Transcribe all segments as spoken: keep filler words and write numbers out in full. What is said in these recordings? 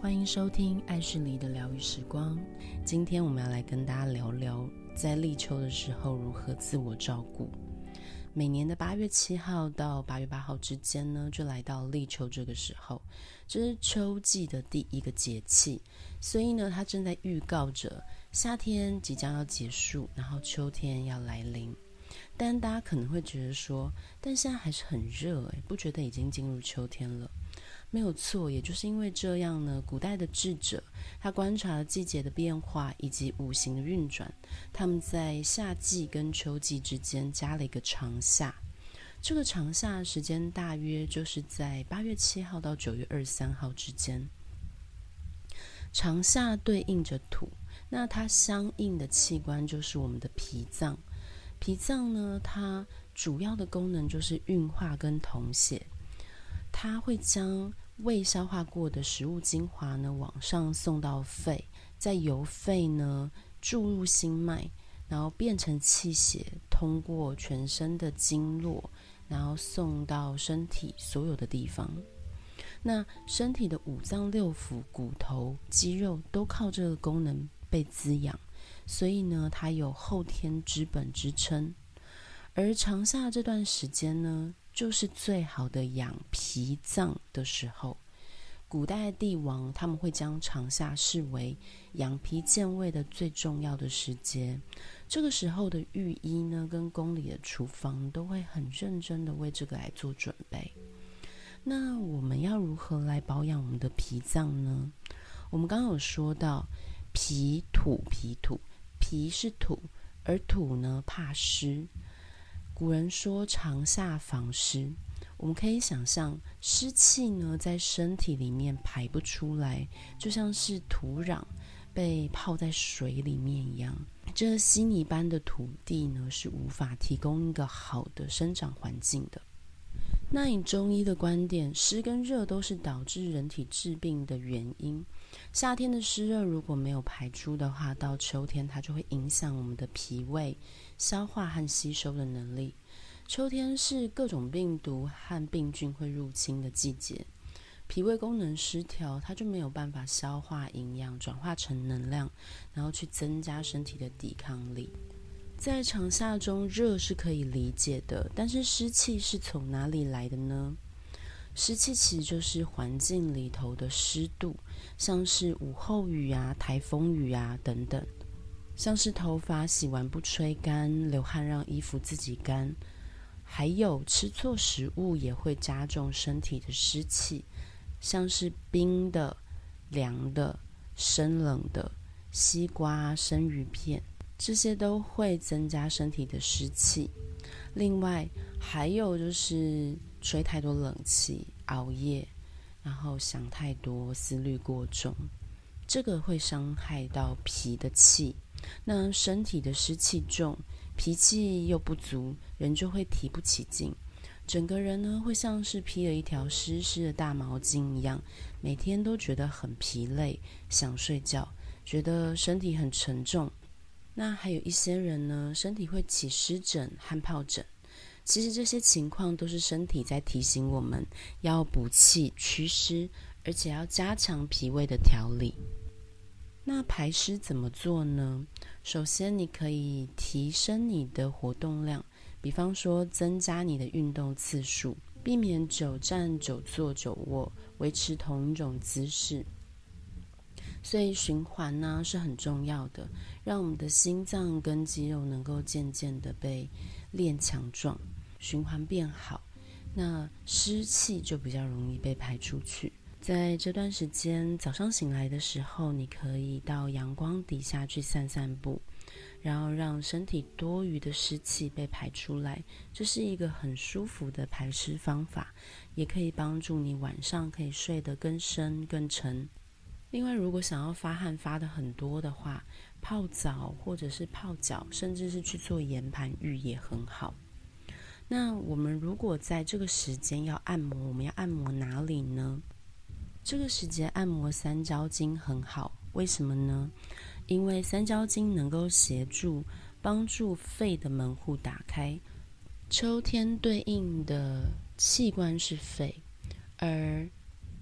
欢迎收听爱旭黎的疗愈时光。今天我们要来跟大家聊聊在立秋的时候如何自我照顾。每年的八月七号到八月八号之间呢，就来到立秋这个时候，这是秋季的第一个节气，所以呢，它正在预告着夏天即将要结束，然后秋天要来临。但大家可能会觉得说，但现在还是很热诶，不觉得已经进入秋天了？没有错，也就是因为这样呢，古代的智者他观察了季节的变化以及五行的运转，他们在夏季跟秋季之间加了一个长夏。这个长夏时间大约就是在八月七号到九月二十三号之间。长夏对应着土，那它相应的器官就是我们的脾脏。脾脏呢，它主要的功能就是运化跟统血，它会将未消化过的食物精华呢往上送到肺，再由肺呢注入心脉，然后变成气血，通过全身的经络，然后送到身体所有的地方。那身体的五脏六腑、骨头、肌肉都靠这个功能被滋养，所以呢，它有后天之本之称。而长夏这段时间呢，就是最好的养脾脏的时候。古代帝王他们会将长夏视为养脾健胃的最重要的时节。这个时候的御医呢，跟宫里的厨房都会很认真的为这个来做准备。那我们要如何来保养我们的脾脏呢？我们刚刚有说到脾土脾土，脾是土，而土呢怕湿。古人说长夏防湿，我们可以想象湿气呢在身体里面排不出来，就像是土壤被泡在水里面一样。这稀泥般的土地呢是无法提供一个好的生长环境的。那以中医的观点，湿跟热都是导致人体致病的原因。夏天的湿热如果没有排出的话，到秋天它就会影响我们的脾胃消化和吸收的能力。秋天是各种病毒和病菌会入侵的季节，脾胃功能失调，它就没有办法消化营养，转化成能量，然后去增加身体的抵抗力。在长夏中，热是可以理解的，但是湿气是从哪里来的呢？湿气其实就是环境里头的湿度，像是午后雨啊、台风雨啊等等，像是头发洗完不吹干，流汗让衣服自己干，还有吃错食物也会加重身体的湿气，像是冰的、凉的、生冷的、西瓜、生鱼片，这些都会增加身体的湿气。另外还有就是吹太多冷气、熬夜，然后想太多、思虑过重，这个会伤害到脾的气。那身体的湿气重，脾气又不足，人就会提不起劲，整个人呢会像是披了一条湿湿的大毛巾一样，每天都觉得很疲累，想睡觉，觉得身体很沉重。那还有一些人呢，身体会起湿疹和疱疹，其实这些情况都是身体在提醒我们要补气祛湿，而且要加强脾胃的调理。那排湿怎么做呢？首先你可以提升你的活动量，比方说增加你的运动次数，避免久站久坐久卧，维持同一种姿势。所以循环呢是很重要的，让我们的心脏跟肌肉能够渐渐的被练强壮，循环变好，那湿气就比较容易被排出去。在这段时间，早上醒来的时候，你可以到阳光底下去散散步，然后让身体多余的湿气被排出来，这是一个很舒服的排湿方法，也可以帮助你晚上可以睡得更深更沉。另外，如果想要发汗发得很多的话，泡澡或者是泡脚，甚至是去做岩盘浴也很好。那我们如果在这个时间要按摩，我们要按摩哪里呢？这个时节按摩三焦经很好，为什么呢？因为三焦经能够协助帮助肺的门户打开。秋天对应的器官是肺，而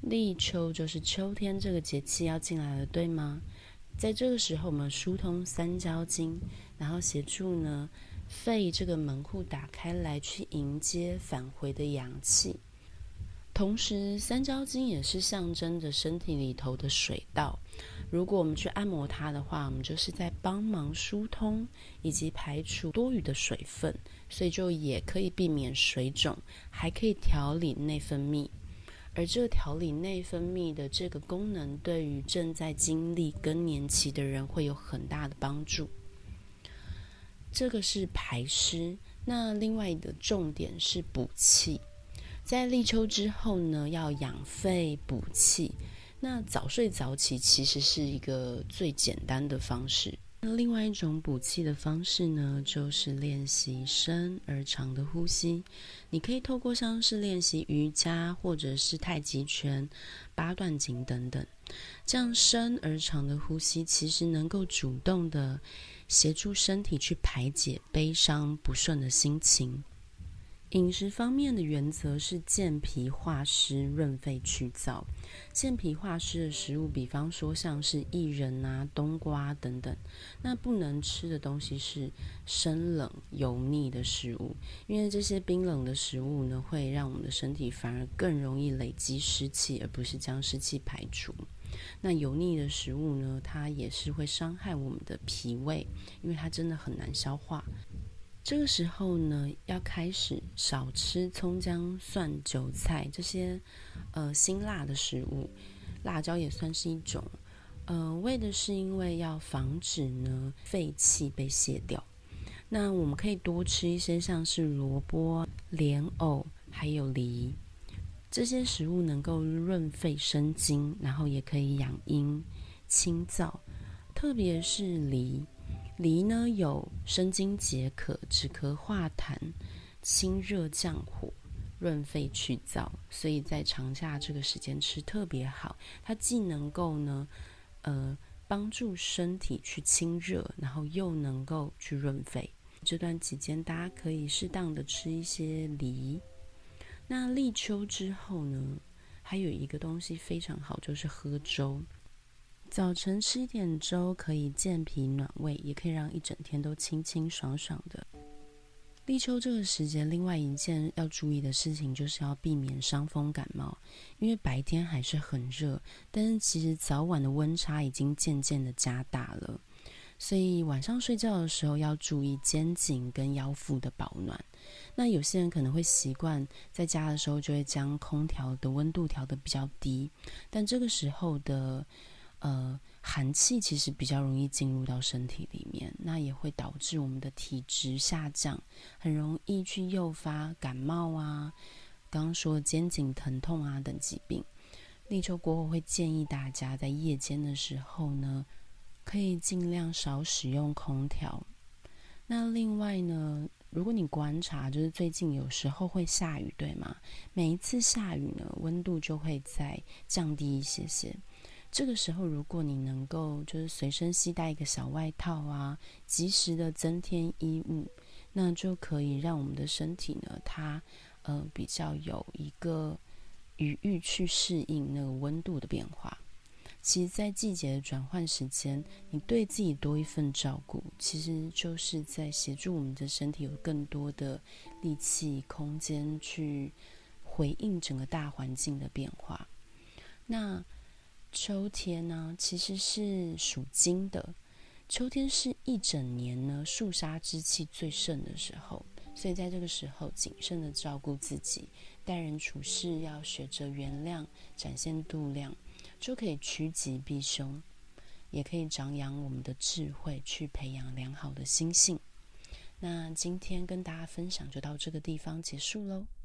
立秋就是秋天这个节气要进来了，对吗？在这个时候，我们疏通三焦经，然后协助呢肺这个门户打开来，去迎接返回的阳气。同时，三焦经也是象征着身体里头的水道。如果我们去按摩它的话，我们就是在帮忙疏通以及排除多余的水分，所以就也可以避免水肿，还可以调理内分泌。而这个调理内分泌的这个功能，对于正在经历更年期的人会有很大的帮助。这个是排湿，那另外的重点是补气。在立秋之后呢，要养肺补气。那早睡早起其实是一个最简单的方式。另外一种补气的方式呢，就是练习深而长的呼吸。你可以透过像是练习瑜伽或者是太极拳、八段锦等等，这样深而长的呼吸其实能够主动的协助身体去排解悲伤不顺的心情。饮食方面的原则是健脾化湿、润肺去燥。健脾化湿的食物，比方说像是薏仁啊、冬瓜等等。那不能吃的东西是生冷、油腻的食物，因为这些冰冷的食物呢，会让我们的身体反而更容易累积湿气，而不是将湿气排除。那油腻的食物呢，它也是会伤害我们的脾胃，因为它真的很难消化。这个时候呢，要开始少吃葱姜蒜韭菜这些呃辛辣的食物，辣椒也算是一种，呃，为的是因为要防止呢废气被泄掉。那我们可以多吃一些像是萝卜、莲藕还有梨，这些食物能够润肺生津，然后也可以养阴清燥，特别是梨。梨呢有生津解渴、止咳化痰、清热降火、润肺去燥，所以在长假这个时间吃特别好。它既能够呢，呃，帮助身体去清热，然后又能够去润肺。这段期间，大家可以适当的吃一些梨。那立秋之后呢，还有一个东西非常好，就是喝粥。早晨吃一点粥可以健脾暖胃，也可以让一整天都清清爽爽的。立秋这个时间，另外一件要注意的事情就是要避免伤风感冒，因为白天还是很热，但是其实早晚的温差已经渐渐的加大了，所以晚上睡觉的时候要注意肩颈跟腰腹的保暖。那有些人可能会习惯在家的时候就会将空调的温度调得比较低，但这个时候的呃，寒气其实比较容易进入到身体里面，那也会导致我们的体质下降，很容易去诱发感冒啊，刚刚说的肩颈疼痛啊等疾病。立秋过后会建议大家在夜间的时候呢，可以尽量少使用空调。那另外呢，如果你观察，就是最近有时候会下雨，对吗？每一次下雨呢，温度就会再降低一些些。这个时候如果你能够就是随身携带一个小外套啊，及时的增添衣物，那就可以让我们的身体呢，它呃比较有一个余裕去适应那个温度的变化。其实在季节的转换时间，你对自己多一份照顾，其实就是在协助我们的身体有更多的力气空间去回应整个大环境的变化。那秋天呢，其实是属金的，秋天是一整年呢肃杀之气最盛的时候，所以在这个时候谨慎的照顾自己，待人处事要学着原谅，展现度量，就可以趋吉避凶，也可以长养我们的智慧，去培养良好的心性。那今天跟大家分享就到这个地方结束咯。